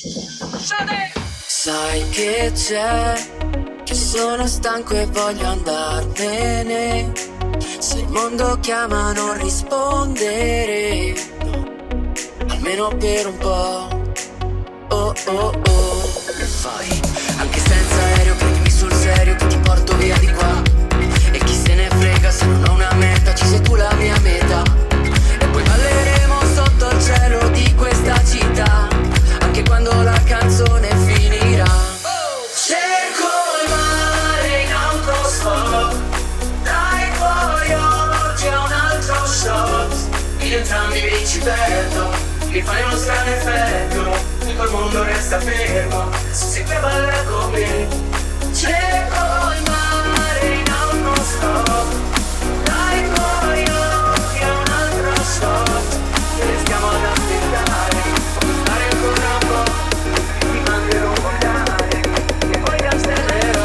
Sai che c'è, che sono stanco e voglio andarmene. Se il mondo chiama non rispondere, no, almeno per un po'. Oh oh oh. E fai, anche senza aereo, prendimi sul serio che ti porto via di qua. E chi se ne frega se non ho una meta, ci sei tu la mia meta. E poi balleremo sotto il cielo di questa città, anche quando la canzone finirà. Cerco il mare in autostop, dai tuoi occhi a un altro shot. In entrambi mi ci perdo, mi fai uno strano effetto, tutto il mondo resta fermo, se sei qui a ballare con me. Cerco il mare in autostop, dai tuoi occhi a un altro shot. Restiamo ad aspettare, stare ancora un po', mi manderò un vocale e poi cancellerò.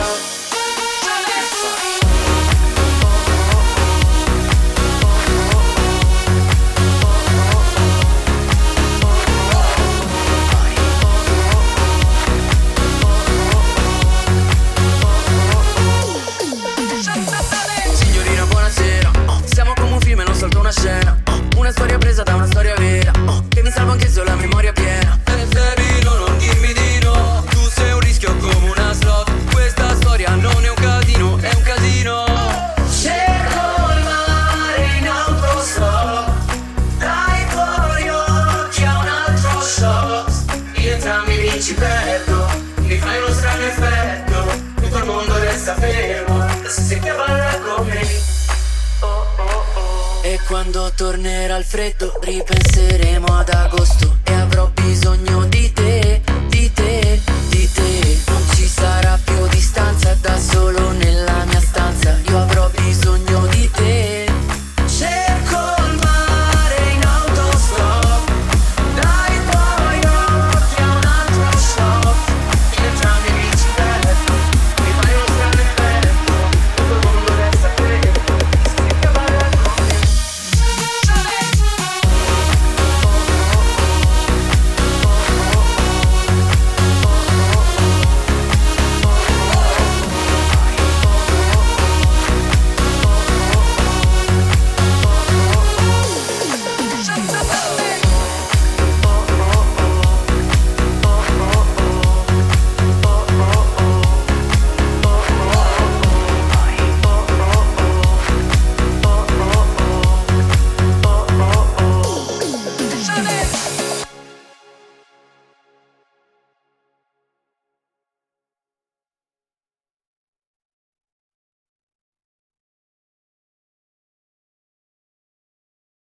Signorina buonasera, siamo come un film e non soltanto una scena, una storia presa da una storia vera, che mi salva anche se ho la memoria piena. Baby, non dirmi di no, tu sei un rischio come una slot, questa storia non è un casino, è un casino. Cerco il mare in autostop, dai tuoi occhi a un altro shot. In entrambi mi ci perdo, mi fai uno strano effetto, tutto il mondo resta fermo, adesso sei qui a ballare con me. E quando tornerà il freddo ripenseremo ad agosto e avrò bisogno di te.